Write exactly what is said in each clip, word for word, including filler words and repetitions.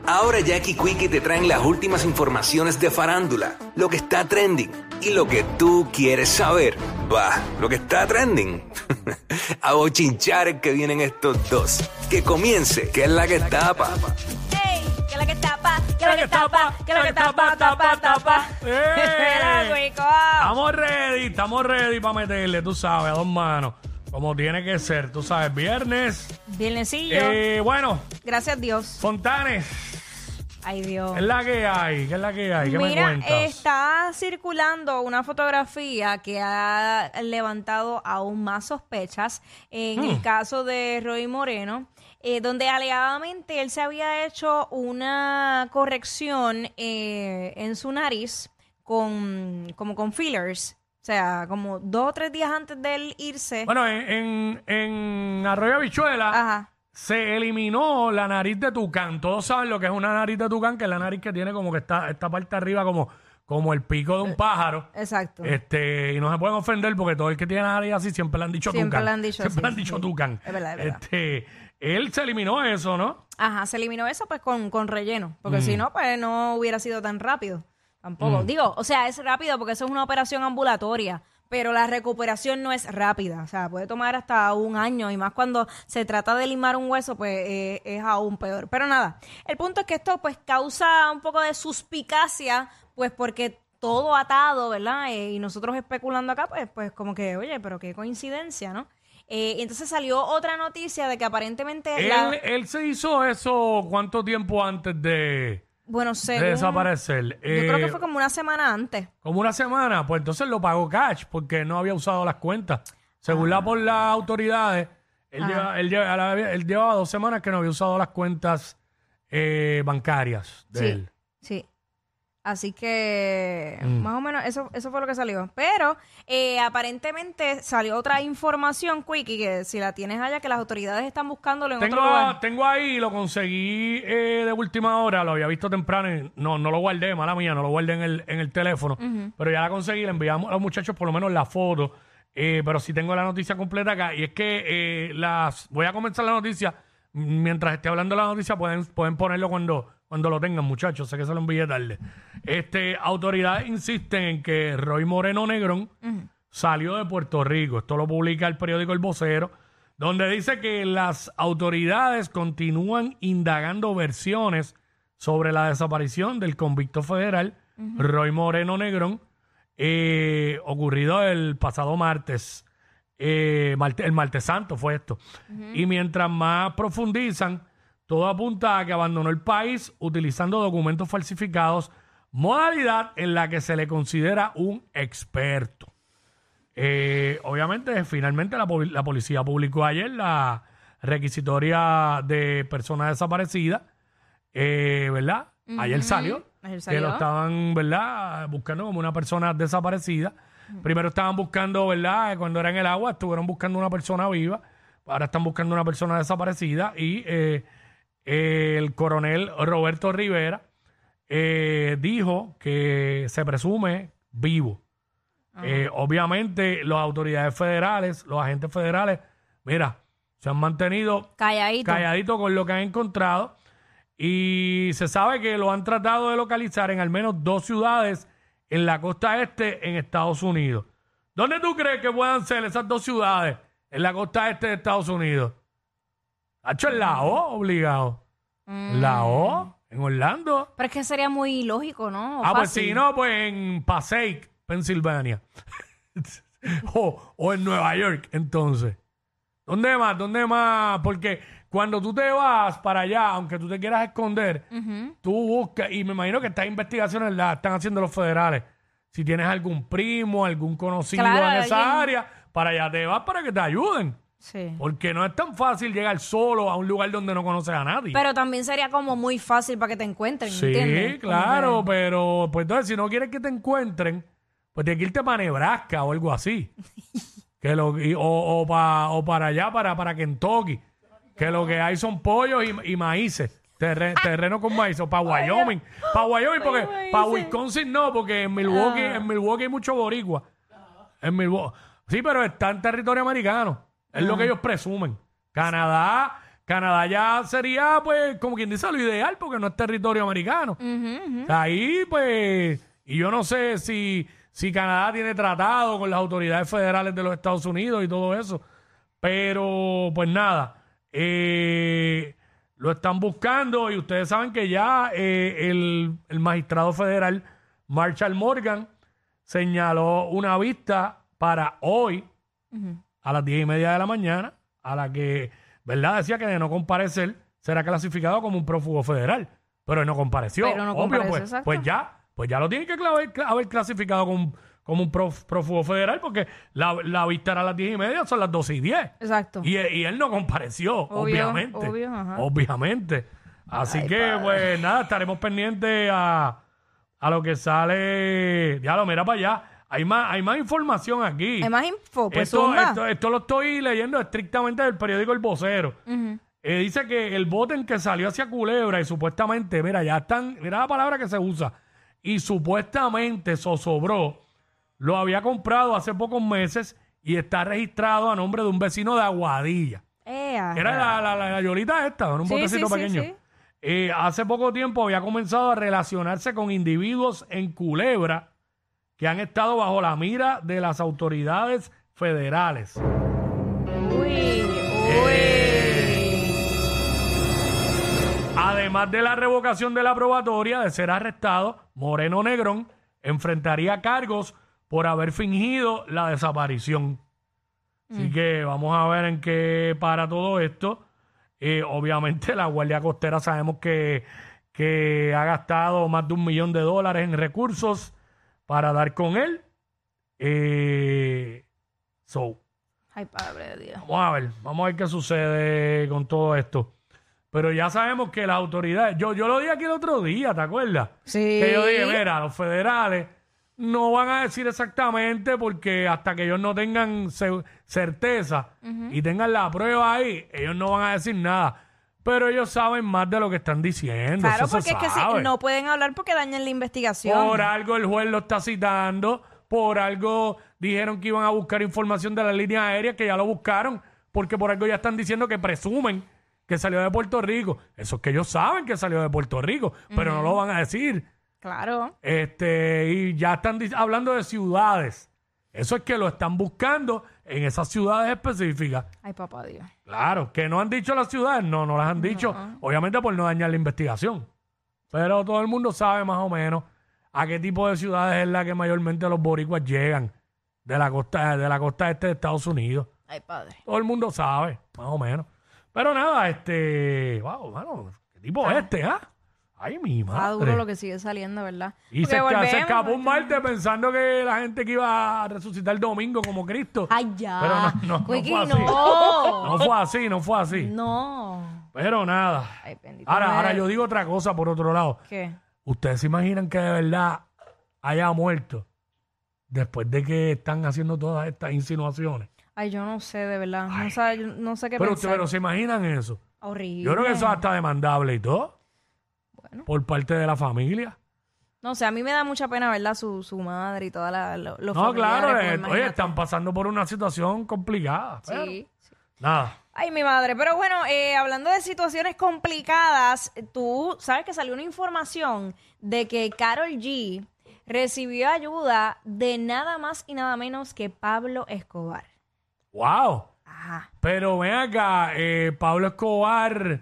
Ahora Jackie Quickie te traen las últimas informaciones de farándula, lo que está trending y lo que tú quieres saber. Va, lo que está trending. A bochinchar es que vienen estos dos. Que comience, que es la que tapa. ¡Ey! Que es la que tapa, que es la que tapa, que es la que tapa, tapa, tapa. Mira, Quico. Estamos ready, estamos ready para meterle, tú sabes, a dos manos. Como tiene que ser, tú sabes, viernes. Viernesillo. Eh, bueno, Gracias a Dios. Fontanes, Ay, Dios. ¿qué es la que hay? ¿Qué es la que hay? ¿Qué me Mira, cuentas? está circulando una fotografía que ha levantado aún más sospechas en Hmm. el caso de Roy Moreno, eh, donde alegadamente él se había hecho una corrección eh, en su nariz con como con fillers. O sea, como dos o tres días antes de él irse. Bueno, en, en, en Arroyo Habichuela Ajá. se eliminó la nariz de tucán. Todos saben lo que es una nariz de tucán, que es la nariz que tiene como que está esta parte arriba como, como el pico de un pájaro. Exacto. Este, y no se pueden ofender porque todo el que tiene nariz así siempre le han dicho Siempre tucán. le han dicho Siempre así, le han dicho sí. tucán. Es verdad, es verdad. Este, él se eliminó eso, ¿no? Ajá, se eliminó eso pues con, con relleno, porque Mm. si no, pues no hubiera sido tan rápido. Tampoco. Digo, o sea, es rápido porque eso es una operación ambulatoria, pero la recuperación no es rápida. O sea, puede tomar hasta un año y más cuando se trata de limar un hueso, pues eh, es aún peor. Pero nada, el punto es que esto pues causa un poco de suspicacia, pues porque todo atado, ¿verdad? Eh, y nosotros especulando acá, pues, pues como que, oye, pero qué coincidencia, ¿no? Eh, y entonces salió otra noticia de que aparentemente... la- Él, él se hizo eso ¿cuánto tiempo antes de, bueno, de según... desaparecer? Yo creo que Eh, fue como una semana antes. Como una semana, pues entonces lo pagó cash porque no había usado las cuentas. Según la por las autoridades, él, Ajá. lleva, él, lleva- a la- él llevaba dos semanas que no había usado las cuentas eh, bancarias de Sí, él. sí. Así que Mm. más o menos eso, eso fue lo que salió. Pero eh, aparentemente salió otra información, Quickie, que si la tienes allá, que las autoridades están buscándolo en Tengo, otro lugar. tengo ahí, lo conseguí eh, de última hora, lo había visto temprano y no, no lo guardé, mala mía, no lo guardé en el, en el teléfono, pero ya la conseguí, le enviamos a los muchachos por lo menos la foto, eh, pero sí tengo la noticia completa acá y es que eh, las voy a comenzar la noticia, mientras esté hablando la noticia pueden, pueden ponerlo cuando, cuando lo tengan, muchachos, sé que se lo envié tarde. Este, autoridades insisten en que Roy Moreno Negrón salió de Puerto Rico, esto lo publica el periódico El Vocero, donde dice que las autoridades continúan indagando versiones sobre la desaparición del convicto federal Roy Moreno Negrón, eh, ocurrido el pasado martes. Eh, marte- el martes santo fue esto. Y mientras más profundizan, todo apunta a que abandonó el país utilizando documentos falsificados, modalidad en la que se le considera un experto. Eh, obviamente, finalmente la, poli- la policía publicó ayer la requisitoria de personas desaparecidas, eh, ¿verdad? Ayer salió, Ayer que salió. lo estaban, ¿verdad? Buscando como una persona desaparecida. Primero estaban buscando, ¿verdad? Cuando era en el agua, estuvieron buscando una persona viva. Ahora están buscando una persona desaparecida y eh, eh, el coronel Roberto Rivera eh, dijo que se presume vivo. Eh, obviamente, las autoridades federales, los agentes federales, mira, se han mantenido Calladito. calladitos con lo que han encontrado y se sabe que lo han tratado de localizar en al menos dos ciudades en la costa este en Estados Unidos. ¿Dónde tú crees que puedan ser esas dos ciudades en la costa este de Estados Unidos? ¿Ha hecho en la O, obligado? ¿En la O? ¿En Orlando? Pero es que sería muy lógico, ¿no? O Ah, pues fácil. si no, pues en Passaic, Pensilvania. o, o en Nueva York, entonces. ¿Dónde más? ¿Dónde más? Porque cuando tú te vas para allá, aunque tú te quieras esconder, tú buscas, y me imagino que estas investigaciones las están haciendo los federales. Si tienes algún primo, algún conocido Claro, en esa alguien- área, para allá te vas para que te ayuden. Sí. Porque no es tan fácil llegar solo a un lugar donde no conoces a nadie. Pero también sería como muy fácil para que te encuentren, Sí, ¿entiendes? Como claro, que- pero pues entonces si no quieres que te encuentren, pues tienes que irte para Nebraska o algo así. que lo, y- o, o, pa- o para allá, para, para Kentucky. Que lo que hay son pollos y, y maíces. Terre- terreno con maíz. O para Wyoming. Para Wyoming, porque maíces. para Wisconsin no, porque en Milwaukee, en Milwaukee hay mucho boricua. En Milwaukee. Sí, pero está en territorio americano. Es lo que ellos presumen. Canadá, Canadá ya sería, pues, como quien dice, lo ideal, porque no es territorio americano. Ujú, ujú. Ahí, pues, y yo no sé si, si Canadá tiene tratado con las autoridades federales de los Estados Unidos y todo eso. Pero, pues nada, eh, lo están buscando y ustedes saben que ya eh, el, el magistrado federal Marshall Morgan señaló una vista para hoy a las diez y media de la mañana, a la que, ¿verdad? Decía que de no comparecer será clasificado como un prófugo federal, pero él no compareció. Pero no Obvio, compareció, pues, exacto. pues ya, pues ya lo tiene que haber, haber clasificado como, como un prof- prófugo federal, porque la, la vista era a las diez y media, son las doce y diez. Exacto. Y, y él no compareció, Obvio, obviamente. obvio, ajá. Obviamente. Así Ay, que, padre. pues nada, estaremos pendientes a, a lo que sale. Ya lo mira para allá. Hay más, hay más información aquí. Hay más info, pues esto, zumba. esto, esto lo estoy leyendo estrictamente del periódico El Vocero. Eh, dice que el bote en que salió hacia Culebra y supuestamente, mira, ya están, mira la palabra que se usa, y supuestamente zozobró, lo había comprado hace pocos meses y está registrado a nombre de un vecino de Aguadilla. Ea. Era la, la, la, la yolita esta, era un Sí, botecito sí, sí, pequeño. sí. Eh, hace poco tiempo había comenzado a relacionarse con individuos en Culebra que han estado bajo la mira de las autoridades federales. Uy, Eh. uy. Además de la revocación de la probatoria de ser arrestado, Moreno Negrón enfrentaría cargos por haber fingido la desaparición. Así que vamos a ver en qué para todo esto. Eh, obviamente la Guardia Costera sabemos que, que ha gastado más de un millón de dólares en recursos para dar con él. Eh, so, Ay, padre de Dios. vamos a ver, vamos a ver qué sucede con todo esto. Pero ya sabemos que las autoridades, yo, yo lo dije aquí el otro día, ¿te acuerdas? Sí. Que yo dije, mira, los federales no van a decir exactamente porque hasta que ellos no tengan ce- certeza y tengan la prueba ahí, ellos no van a decir nada. Pero ellos saben más de lo que están diciendo. Claro, eso se porque es que sabe. si no pueden hablar porque dañan la investigación. Por algo el juez lo está citando, por algo dijeron que iban a buscar información de las líneas aéreas, que ya lo buscaron, porque por algo ya están diciendo que presumen que salió de Puerto Rico. Eso es que ellos saben que salió de Puerto Rico, pero no lo van a decir. Claro. Este, y ya están di- hablando de ciudades. Eso es que lo están buscando en esas ciudades específicas. Ay, papá Dios. Claro, que no han dicho las ciudades, no, no las han dicho, obviamente por no dañar la investigación. Pero todo el mundo sabe más o menos a qué tipo de ciudades es la que mayormente los boricuas llegan de la costa, de la costa este de Estados Unidos. Ay, padre. Todo el mundo sabe, más o menos. Pero nada, este, wow, mano, qué tipo es este, ¿ah? Ay, mi Está duro madre. lo que sigue saliendo, ¿verdad? Y se, Porque esca- se volvemos, escapó un ¿verdad? martes pensando que la gente que iba a resucitar el domingo como Cristo. Ay, ya. Pero no, no, no Wiki, fue así. no. No fue así, no fue así. No. Pero nada. Ay, bendito. Ahora, me- ahora yo digo otra cosa por otro lado. ¿Qué? ¿Ustedes se imaginan que de verdad haya muerto después de que están haciendo todas estas insinuaciones? Ay, yo no sé, de verdad. No sé, yo no sé qué Pero, pensar. pero se imaginan eso. Horrible. Yo creo que eso es hasta demandable y todo. Bueno. Por parte de la familia. No sé, a mí me da mucha pena, ¿verdad? Su, su madre y toda la, lo- los No, familiares, claro, pues, eh, oye, imagínate. están pasando por una situación complicada. pero Sí, sí. nada. Ay, mi madre. Pero bueno, eh, hablando de situaciones complicadas, tú sabes que salió una información de que Karol G recibió ayuda de nada más y nada menos que Pablo Escobar. Wow. Ajá. Pero ven acá, eh, Pablo Escobar,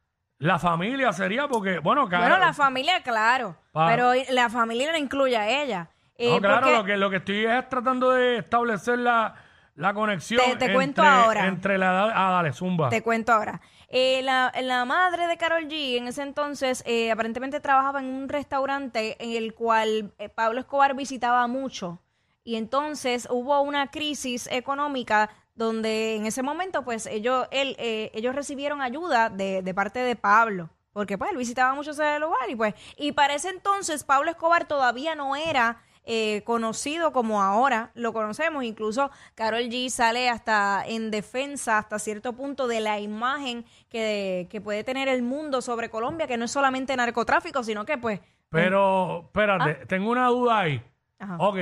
la familia sería porque, bueno, claro. Bueno, la familia, claro. Pa- Pero la familia no incluye a ella. Eh, No, claro, porque- lo que, lo que estoy es tratando de establecer la, la conexión Te- te cuento entre, ahora. entre la edad. Ah, dale, zumba. Te cuento ahora. Eh, la, la madre de Karol G en ese entonces eh, aparentemente trabajaba en un restaurante en el cual eh, Pablo Escobar visitaba mucho. Y entonces hubo una crisis económica donde en ese momento pues ellos, él, eh, ellos recibieron ayuda de, de parte de Pablo. Porque pues él visitaba mucho ese lugar y pues... Y para ese entonces Pablo Escobar todavía no era... Eh, conocido como ahora lo conocemos. Incluso Karol G sale hasta en defensa hasta cierto punto de la imagen que, que puede tener el mundo sobre Colombia, que no es solamente narcotráfico, sino que pues... Pero, espérate, tengo una duda ahí. Ajá. Ok,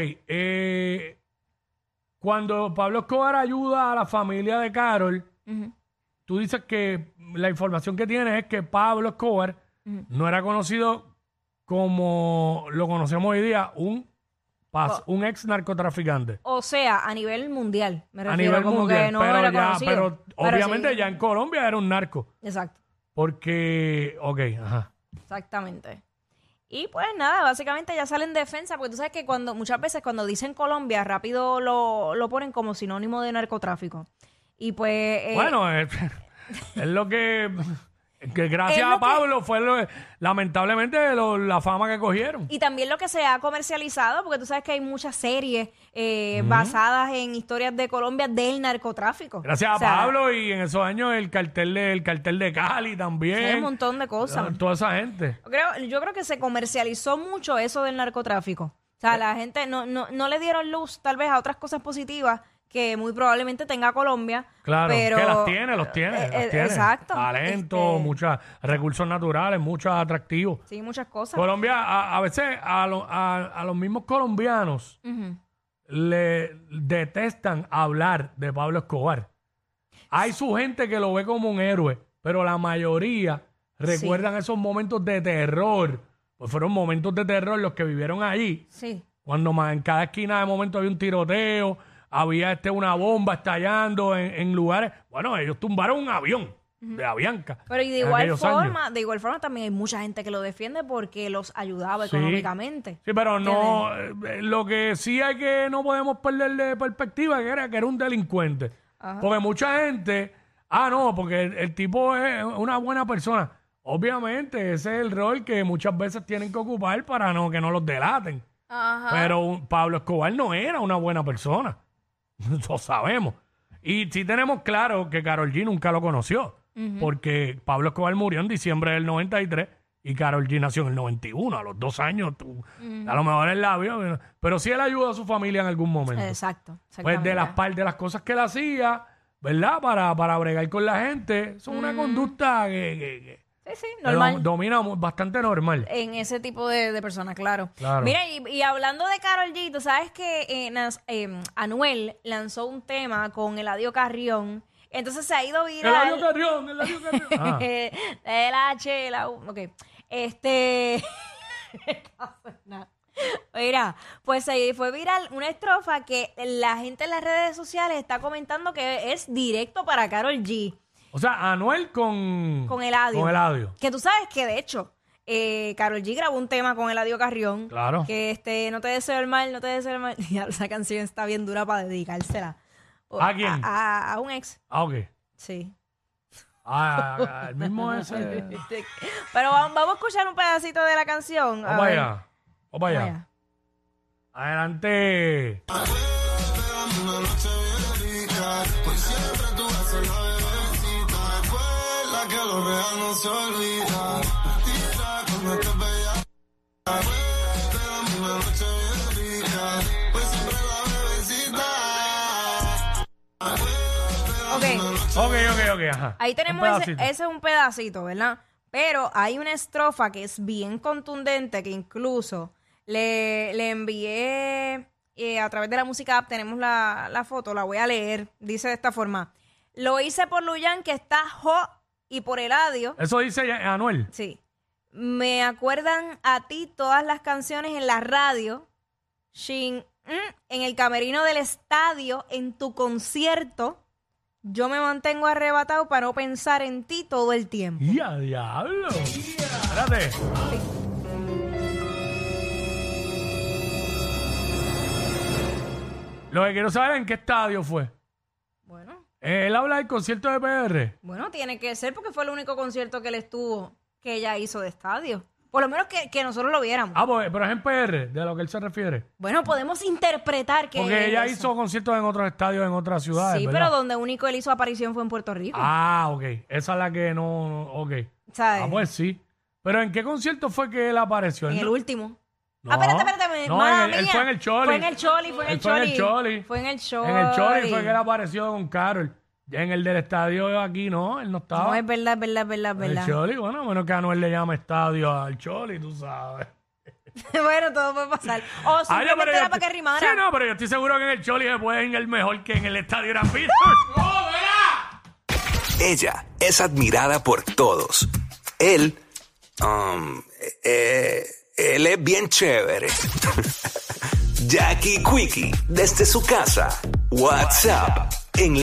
eh, cuando Pablo Escobar ayuda a la familia de Carol, Ujú. tú dices que la información que tienes es que Pablo Escobar uh-huh. no era conocido como lo conocemos hoy día, un pas, oh. un ex narcotraficante. O sea, a nivel mundial, me refiero. A nivel como mundial, que no pero, era ya, conocido, pero, pero obviamente sí. ya en Colombia era un narco. Exacto. Porque, ok, ajá. Exactamente. Y pues nada, básicamente ya sale en defensa, porque tú sabes que cuando muchas veces cuando dicen Colombia, rápido lo, lo ponen como sinónimo de narcotráfico. Y pues... Eh, bueno, es, es lo que... Que gracias a Pablo que, fue lo, lamentablemente lo, la fama que cogieron. Y también lo que se ha comercializado, porque tú sabes que hay muchas series eh, mm. basadas en historias de Colombia del narcotráfico. Gracias o sea, a Pablo y en esos años el cartel de, el cartel de Cali también. Hay un montón de cosas. Toda esa gente. Yo creo, yo creo que se comercializó mucho eso del narcotráfico. O sea, eh. la gente no, no, no le dieron luz tal vez a otras cosas positivas que muy probablemente tenga Colombia. Claro, pero, que las tiene, los tiene. Eh, las tiene. Exacto. Talento, este, muchos recursos naturales, muchos atractivos. Sí, muchas cosas. Colombia, a, a veces a, lo, a, a los mismos colombianos uh-huh. le detestan hablar de Pablo Escobar. Hay su gente que lo ve como un héroe, pero la mayoría recuerdan sí. esos momentos de terror. Pues fueron momentos de terror los que vivieron allí. Sí. Cuando más en cada esquina de momento había un tiroteo, había este una bomba estallando en, en lugares. Bueno, ellos tumbaron un avión uh-huh. de Avianca. Pero y de igual forma, años. de igual forma también hay mucha gente que lo defiende porque los ayudaba sí. económicamente. Sí, pero no, eh, lo que sí hay que no podemos perder de perspectiva que era que era un delincuente. Uh-huh. Porque mucha gente, ah no, porque el, el tipo es una buena persona. Obviamente ese es el rol que muchas veces tienen que ocupar para no que no los delaten. Uh-huh. Pero Pablo Escobar no era una buena persona. Lo sabemos. Y sí tenemos claro que Karol G nunca lo conoció. Uh-huh. Porque Pablo Escobar murió en diciembre del noventa y tres y Karol G nació en el noventa y uno. A los dos años, tú, uh-huh. a lo mejor el labio. Pero sí él ayudó a su familia en algún momento. Exacto. Pues de las, de las cosas que él hacía, ¿verdad? Para, para bregar con la gente. Son uh-huh. una conducta que... que, que Sí, sí, normal. Domina bastante normal. En ese tipo de, de personas, claro. claro. Mira, y, y hablando de Karol G, tú sabes que eh, nas, eh, Anuel lanzó un tema con Eladio Carrión. Entonces se ha ido viral. Eladio Carrión, Eladio Carrión. Ah. El H, la U. Ok. Este. Mira, pues se fue viral una estrofa que la gente en las redes sociales está comentando que es directo para Karol G. O sea, Anuel con... Con Eladio. Con Eladio. Que tú sabes que, de hecho, eh, Karol G grabó un tema con Eladio Carrión. Claro. Que este, no te deseo el mal, no te deseo el mal. Ya, esa canción está bien dura para dedicársela. ¿A quién? A, a, a un ex. Ah, ok. Sí. Ah, el mismo ese. Pero vamos, vamos a escuchar un pedacito de la canción. Vamos allá. Vamos allá. allá. Adelante. Que lo real no se olvida. Tira con esta bella. Espérame una noche bien rica. Pues siempre la bebecita. Ok. Ok, ok, ok, ajá. Ahí tenemos ese, ese es un pedacito, ¿verdad? Pero hay una estrofa que es bien contundente que incluso le, le envié eh, a través de la música app. Tenemos la, la foto, la voy a leer. Dice de esta forma: lo hice por Luyan, que está jo. Y por Eladio. Eso dice Anuel. Sí. Me acuerdan a ti todas las canciones en la radio, Shin, mm, en el camerino del estadio, en tu concierto. Yo me mantengo arrebatado para no pensar en ti todo el tiempo. ¡Ya, diablo! Yeah. Espérate. Sí. Lo que quiero saber es en qué estadio fue. Bueno. Él habla del concierto de P R. Bueno, tiene que ser porque fue el único concierto que él estuvo, que ella hizo de estadio. Por lo menos que, que nosotros lo viéramos. Ah, pues, pero es en P R, de lo que él se refiere. Bueno, podemos interpretar que porque ella eso. hizo conciertos en otros estadios, en otras ciudades, sí, ¿verdad? pero donde único él hizo aparición fue en Puerto Rico. Ah, ok. Esa es la que no... no ok. ¿Sabes? Ah, pues sí. Pero ¿en qué concierto fue que él apareció? En ¿no? el último. No, ah, espérate, espérate. No, en el, él fue en el Choli. Fue en el Choli, fue en el Choli. Fue en el Choli. Fue en el Choli. En el Choli fue que él apareció con Karol. En el del estadio aquí no, él no estaba. No, es verdad, es verdad, es verdad, es verdad. El Choli, bueno, a menos que Anuel le llame estadio al Choli, tú sabes. Bueno, todo puede pasar. O simplemente Ay, era para que rimara. Sí, no, pero yo estoy seguro que en el Choli se puede ir el mejor que en el estadio Gran Pista. Ella es admirada por todos. Él, um, eh, él es bien chévere. Jackie Quickie, desde su casa. WhatsApp en